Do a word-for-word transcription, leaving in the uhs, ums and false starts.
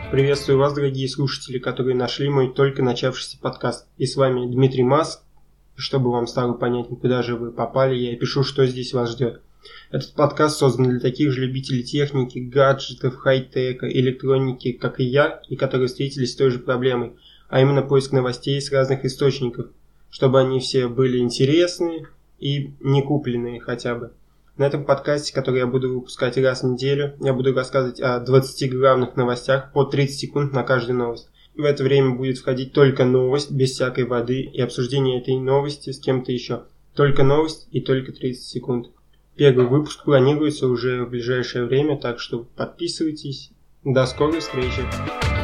Приветствую вас, дорогие слушатели, которые нашли мой только начавшийся подкаст. И с вами Дмитрий Маск. Чтобы вам стало понятнее, куда же вы попали, я пишу, что здесь вас ждет. Этот подкаст создан для таких же любителей техники, гаджетов, хай-тека, электроники, как и я, и которые встретились с той же проблемой, а именно поиск новостей с разных источников, чтобы они все были интересны и не купленные хотя бы. На этом подкасте, который я буду выпускать раз в неделю, я буду рассказывать о двадцати главных новостях по тридцать секунд на каждую новость. В это время будет входить только новость, без всякой воды и обсуждение этой новости с кем-то еще. Только новость и только тридцать секунд. Первый выпуск планируется уже в ближайшее время, так что подписывайтесь. До скорой встречи!